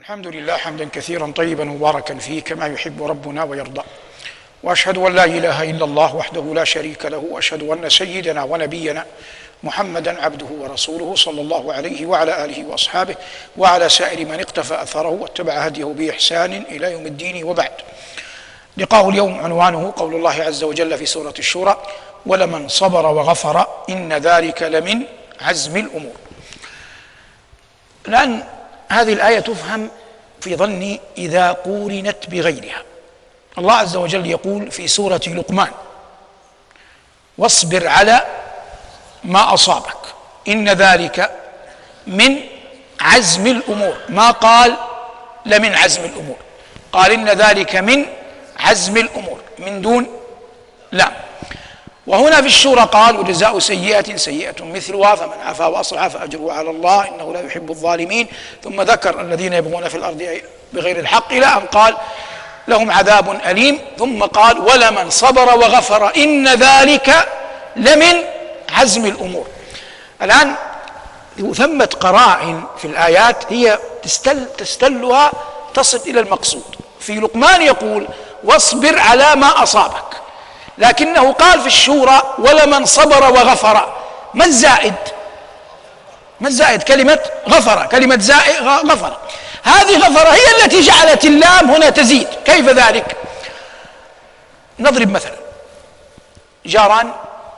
الحمد لله حمدا كثيرا طيبا مباركا فيه كما يحب ربنا ويرضى، واشهد ان لا اله الا الله وحده لا شريك له، واشهد ان سيدنا ونبينا محمدا عبده ورسوله صلى الله عليه وعلى اله واصحابه وعلى سائر من اقتفى اثره واتبع هديه باحسان الى يوم الدين. وبعد، لقاء اليوم عنوانه قول الله عز وجل في سوره الشورى: ولمن صبر وغفر ان ذلك لمن عزم الامور. الآن هذه الآية تفهم في ظني إذا قورنت بغيرها. الله عز وجل يقول في سورة لقمان: واصبر على ما أصابك إن ذلك من عزم الأمور. ما قال لمن عزم الأمور، قال إن ذلك من عزم الأمور من دون لا. وهنا في الشورى قال: وجزاء سيئة سيئة مثلها فمن عفا وأصلح فأجره على الله إنه لا يحب الظالمين. ثم ذكر الذين يبغون في الأرض بغير الحق إلى أن قال لهم عذاب أليم. ثم قال: ولمن صبر وغفر إن ذلك لمن عزم الأمور. الآن ثمة قرائن في الآيات هي تستلها تصل إلى المقصود. في لقمان يقول: واصبر على ما أصابك، لكنه قال في الشورى: ولمن صبر وغفر. ما الزائد؟ ما الزائد؟ كلمة غفر، كلمة زائد غفر. هذه غفر هي التي جعلت اللام هنا تزيد. كيف ذلك؟ نضرب مثلا: جاران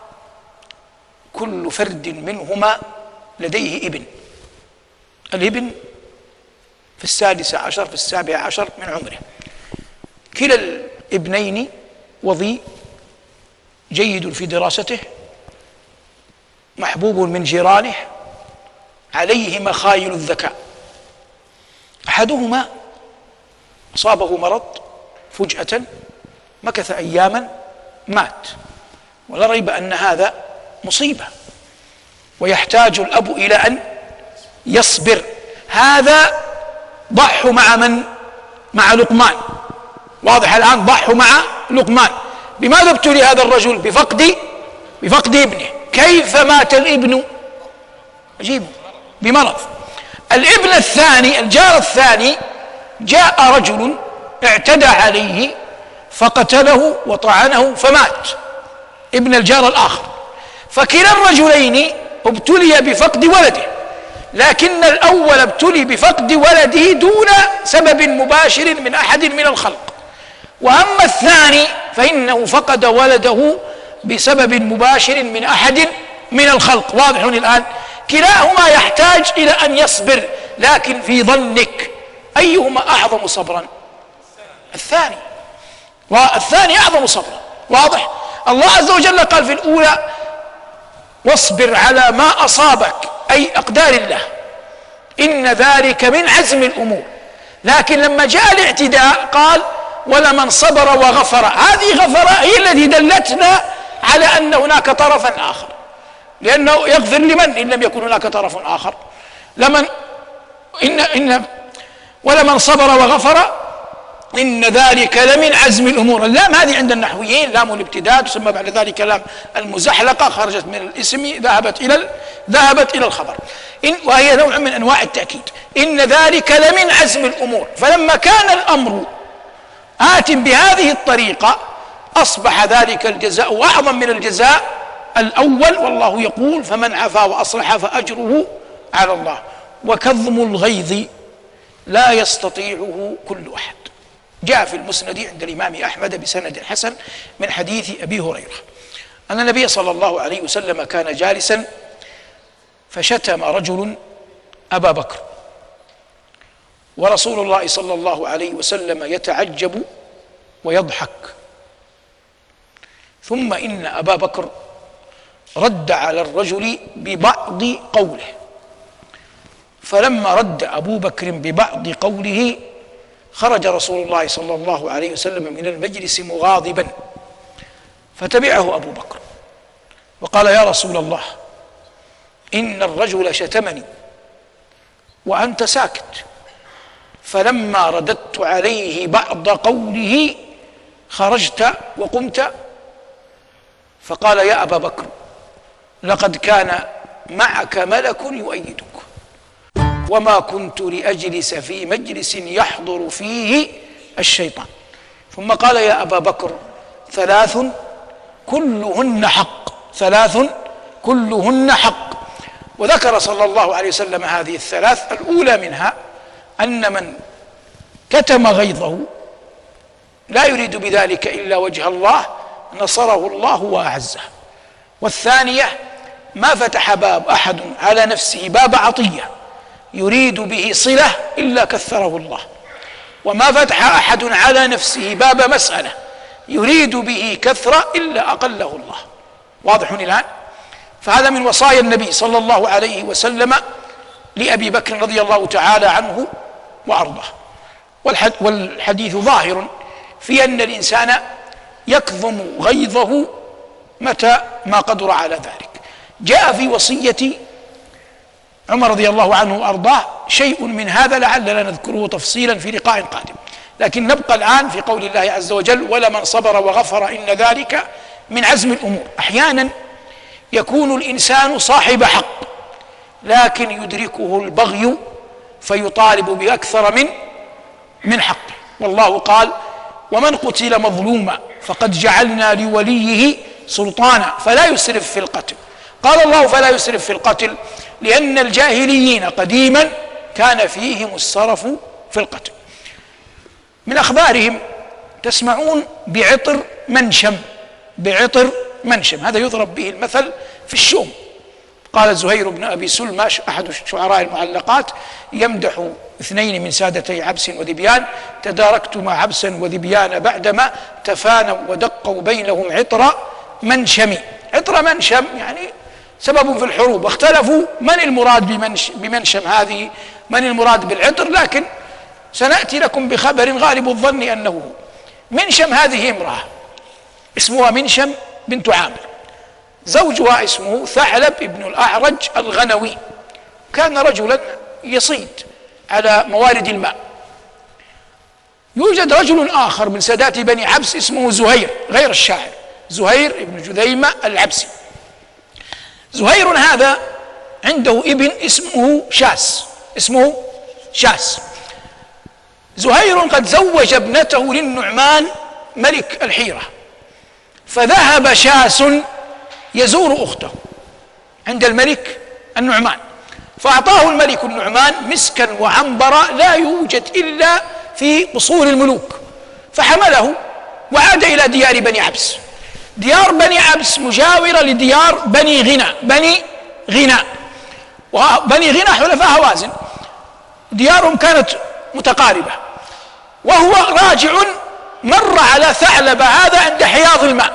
كل فرد منهما لديه ابن، الابن في 16 في 17 من عمره. كلا الابنين وظي، جيد في دراسته، محبوب من جيرانه، عليه مخايل الذكاء. أحدهما أصابه مرض فجأة، مكث أياما، مات، ولا ريب أن هذا مصيبة، ويحتاج الأب إلى أن يصبر. هذا ضحوا مع من؟ مع لقمان. واضح الآن؟ ضحوا مع لقمان. بماذا ابتلي هذا الرجل؟ بفقد ابنه. كيف مات الابن؟ عجيب، بمرض. الابن الثاني، الجار الثاني، جاء رجل اعتدى عليه فقتله وطعنه فمات، ابن الجار الآخر. فكلا الرجلين ابتلي بفقد ولده، لكن الأول ابتلي بفقد ولده دون سبب مباشر من أحد من الخلق، وأما الثاني فإنه فقد ولده بسبب مباشر من أحد من الخلق. واضح الآن؟ كلاهما يحتاج إلى أن يصبر، لكن في ظنك أيهما أعظم صبرا؟ الثاني، والثاني أعظم صبرا. واضح؟ الله عز وجل قال في الأولى: واصبر على ما أصابك، أي أقدار الله، إن ذلك من عزم الأمور. لكن لما جاء الاعتداء قال: ولمن صبر وغفر. هذه غفر هي التي دلتنا على أن هناك طرفا آخر، لأنه يغفر لمن إن لم يكن هناك طرف آخر؟ ولمن صبر وغفر إن ذلك لمن عزم الأمور. اللام هذه عند النحويين لام الابتداء، تسمى بعد ذلك لام المزحلقة، خرجت من الاسم ذهبت إلى الخبر، وهي نوع من أنواع التأكيد. إن ذلك لمن عزم الأمور. فلما كان الأمر آت بهذه الطريقة أصبح ذلك الجزاء أعظم من الجزاء الأول. والله يقول: فمن عفا وأصلح فأجره على الله. وكظم الغيظ لا يستطيعه كل أحد. جاء في المسند عند الإمام أحمد بسند حسن من حديث أبي هريرة أن النبي صلى الله عليه وسلم كان جالسا فشتم رجل أبا بكر، ورسول الله صلى الله عليه وسلم يتعجب ويضحك. ثم إن أبا بكر رد على الرجل ببعض قوله، فلما رد أبو بكر ببعض قوله خرج رسول الله صلى الله عليه وسلم من المجلس مغاضبا، فتبعه أبو بكر وقال: يا رسول الله، إن الرجل شتمني وأنت ساكت. فلما رددت عليه بعض قوله خرجت وقمت. فقال: يا أبا بكر، لقد كان معك ملك يؤيدك. وما كنت لأجلس في مجلس يحضر فيه الشيطان. ثم قال يا أبا بكر ثلاث كلهن حق، ثلاث كلهن حق. وذكر صلى الله عليه وسلم هذه الثلاث. الأولى منها أن من كتم غيظه لا يريد بذلك إلا وجه الله نصره الله وأعزه. والثانية ما فتح باب أحد على نفسه باب عطية يريد به صلة إلا كثره الله، وما فتح أحد على نفسه باب مسألة يريد به كثرة إلا أقله الله. واضح الآن؟ فهذا من وصايا النبي صلى الله عليه وسلم لأبي بكر رضي الله تعالى عنه وأرضاه. والحديث ظاهر في أن الإنسان يكظم غيظه متى ما قدر على ذلك. جاء في وصية عمر رضي الله عنه وأرضاه شيء من هذا لعلنا نذكره تفصيلا في لقاء قادم، لكن نبقى الآن في قول الله عز وجل ولمن صبر وغفر إن ذلك من عزم الأمور. أحيانا يكون الإنسان صاحب حق لكن يدركه البغي فيطالب بأكثر من حقه. والله قال ومن قتل مظلوما فقد جعلنا لوليه سلطانا فلا يسرف في القتل. قال الله فلا يسرف في القتل لأن الجاهليين قديما كان فيهم السرف في القتل. من أخبارهم تسمعون بعطر منشم، بعطر منشم، هذا يضرب به المثل في الشؤم. قال زهير بن أبي سلمى أحد شعراء المعلقات يمدح اثنين من سادتي عبس وذبيان: تداركتما عبسا وذبيان بعدما تفانوا ودقوا بينهم عطر منشم. عطر منشم يعني سبب في الحروب، واختلفوا من المراد بمنشم هذه، من المراد بالعطر، لكن سنأتي لكم بخبر غالب الظن أنه هو. منشم هذه امرأة اسمها منشم بنت عامر، زوجها اسمه ثعلب ابن الأعرج الغنوي، كان رجلا يصيد على موارد الماء. يوجد رجل آخر من سادات بني عبس اسمه زهير غير الشاعر، زهير ابن جذيمة العبسي. زهير هذا عنده ابن اسمه شاس، اسمه شاس. زهير قد زوج ابنته للنعمان ملك الحيرة، فذهب شاس يزور أخته عند الملك النعمان، فأعطاه الملك النعمان مسكا وعنبرا لا يوجد إلا في قصور الملوك، فحمله وعاد إلى ديار بني عبس. ديار بني عبس مجاورة لديار بني غنى، وبني غنى حلفاء هوازن، ديارهم كانت متقاربة. وهو راجع مر على ثعلب هذا عند حياض الماء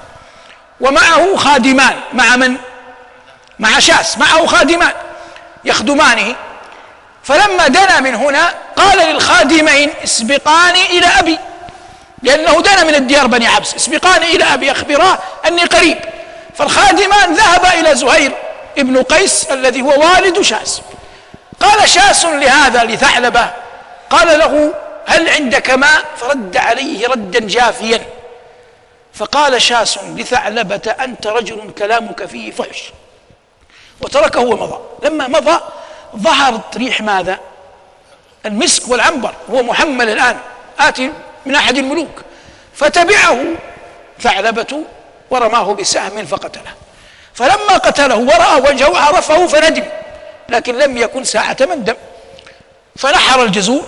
ومعه خادمان، مع من؟ مع شاس، معه خادمان يخدمانه. فلما دنا من هنا قال للخادمين اسبقاني إلى أبي، لأنه دنا من الديار بني عبس، اسبقاني إلى أبي أخبراه أني قريب. فالخادمان ذهبا إلى زهير ابن قيس الذي هو والد شاس. قال شاس لهذا لثعلبة، قال له هل عندك ماء؟ فرد عليه ردا جافيا. فقال شاس لثعلبة أنت رجل كلامك فيه فحش، وتركه ومضى. لما مضى ظهرت ريح ماذا؟ المسك والعنبر، هو محمل الآن آتي من أحد الملوك، فتبعه ثعلبة ورماه بسهم فقتله. فلما قتله ورأى وجهه عرفه فندم، لكن لم يكن ساعة مندم، فنحر الجزور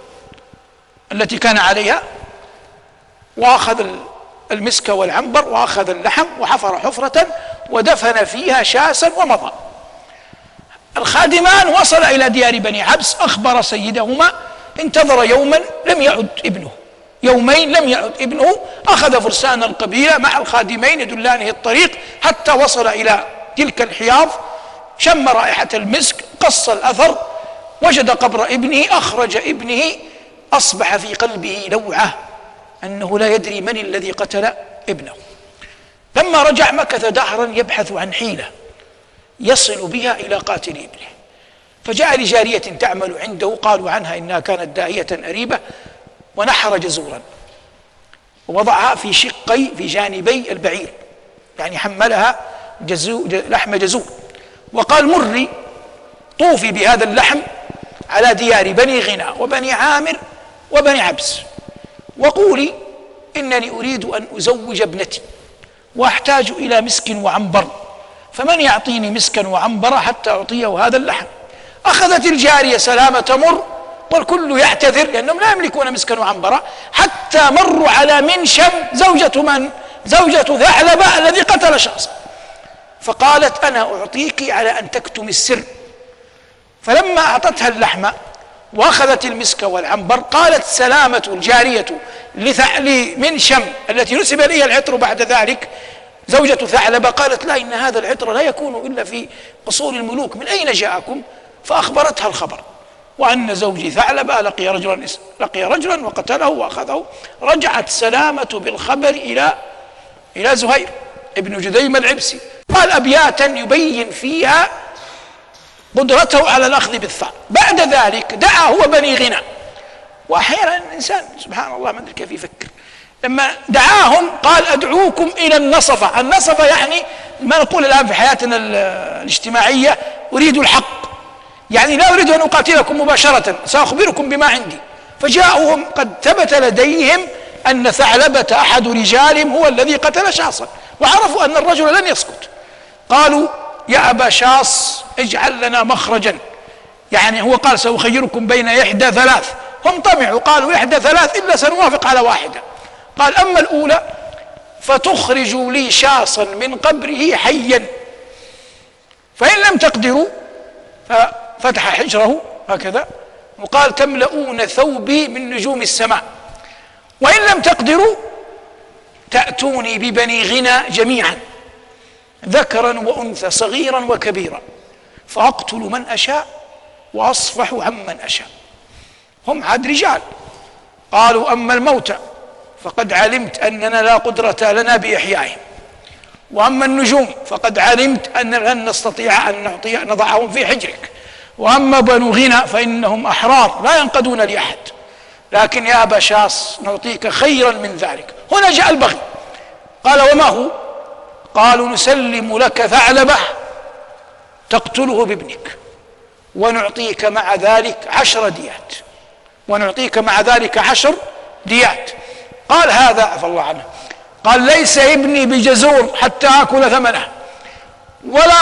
التي كان عليها وأخذ المسك والعنبر وأخذ اللحم وحفر حفرة ودفن فيها شاسا ومضى. الخادمان وصل إلى ديار بني عبس، أخبر سيدهما، انتظر يوما لم يعد ابنه، يومين لم يعد ابنه، أخذ فرسان القبيلة مع الخادمين يدلانه الطريق حتى وصل إلى تلك الحياض، شم رائحة المسك، قص الأثر، وجد قبر ابنه، أخرج ابنه، أصبح في قلبه لوعة أنه لا يدري من الذي قتل ابنه. لما رجع مكث دهرا يبحث عن حيلة يصل بها إلى قاتل ابنه، فجاء لجارية تعمل عنده، قالوا عنها إنها كانت داهية أريبة، ونحر جزورا ووضعها في شقي في جانبي البعير، يعني حملها لحم جزور، وقال مري طوفي بهذا اللحم على ديار بني غنى وبني عامر وبني عبس، وقولي إنني أريد أن أزوج ابنتي وأحتاج إلى مسك وعنبر، فمن يعطيني مسكا وعنبر حتى أعطيه هذا اللحم؟ أخذت الجارية سلامة تمر والكل يعتذر لأنهم لا يملكون مسكا وعنبرا، حتى مروا على منشم زوجة من؟ زوجة ثعلبة الذي قتل شخصا، فقالت أنا أعطيك على أن تكتم السر. فلما أعطتها اللحم وأخذت المسك والعنبر، قالت سلامة الجارية لمنشم التي نسب إليها العطر بعد ذلك زوجة ثعلبة، قالت لا، إن هذا العطر لا يكون إلا في قصور الملوك، من أين جاءكم؟ فأخبرتها الخبر، وأن زوجي ثعلبة لقي رجلا وقتله وأخذه. رجعت سلامة بالخبر إلى زهير ابن جذيم العبسي، قال أبياتا يبين فيها قدرته على الأخذ بالثار. بعد ذلك دعا هو بني غنى، وأحيانا الإنسان سبحان الله ما أدري كيف يفكر، لما دعاهم قال أدعوكم إلى النصفة. النصفة يعني ما نقول الآن في حياتنا الاجتماعية أريد الحق، يعني لا أريد أن أقاتلكم مباشرة، سأخبركم بما عندي. فجاءوهم قد ثبت لديهم أن ثعلبة أحد رجالهم هو الذي قتل شخصا، وعرفوا أن الرجل لن يسكت. قالوا يا أبا شاص اجعل لنا مخرجا، يعني هو قال سأخيركم بين إحدى ثلاث، هم طمعوا قالوا إحدى ثلاث إلا سنوافق على واحدة. قال أما الأولى فتخرجوا لي شاصا من قبره حيا، فإن لم تقدروا، ففتح حجره هكذا وقال تملؤون ثوبي من نجوم السماء، وإن لم تقدروا تأتوني ببني غنى جميعا ذكرا وأنثى صغيرا وكبيرا، فأقتل من أشاء وأصفح عمن أشاء. هم عاد رجال. قالوا أما الموتى فقد علمت أننا لا قدرة لنا بإحيائهم، وأما النجوم فقد علمت أن لن نستطيع أن نضعهم في حجرك، وأما بنو غنى فإنهم أحرار لا ينقدون لأحد، لكن يا أبا شاص نعطيك خيرا من ذلك. هنا جاء البغي، قال وما هو؟ قالوا نسلم لك ثعلبة تقتله بابنك ونعطيك مع ذلك 10 ديات، ونعطيك مع ذلك 10 ديات. قال هذا عفى الله عنه، قال ليس ابني بجزور حتى آكل ثمنه، ولا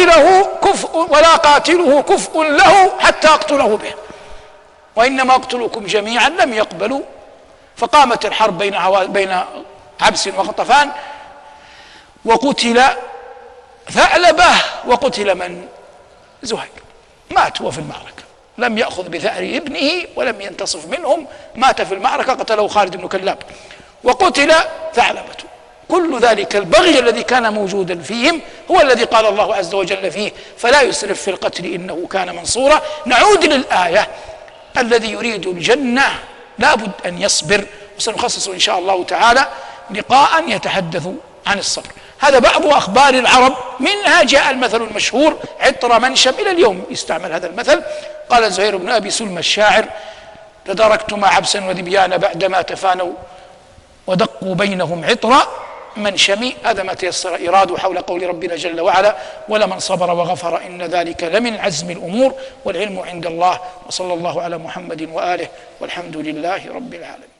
قاتله كفء له حتى أقتله به، وإنما أقتلكم جميعا. لم يقبلوا، فقامت الحرب بين عبس وغطفان، وقتل ثعلبة وقتل من؟ زهير. مات هو في المعركة، لم يأخذ بثأر ابنه ولم ينتصف منهم، مات في المعركة، قتله خالد بن كلاب، وقتل ثعلبة. كل ذلك البغي الذي كان موجودا فيهم هو الذي قال الله عز وجل فيه فلا يسرف في القتل إنه كان منصورا. نعود للآية، الذي يريد الجنة لابد أن يصبر، وسنخصص إن شاء الله تعالى لقاء يتحدث عن الصبر. هذا بعض أخبار العرب، منها جاء المثل المشهور عطر منشم، إلى اليوم يستعمل هذا المثل. قال زهير بن أبي سلمى الشاعر تداركت مع عبسا وذبيان بعدما تفانوا ودقوا بينهم عطر منشمي. هذا ما تيسر إيراده حول قول ربنا جل وعلا ولمن صبر وغفر إن ذلك لمن عزم الأمور، والعلم عند الله. وصلى الله على محمد وآله، والحمد لله رب العالمين.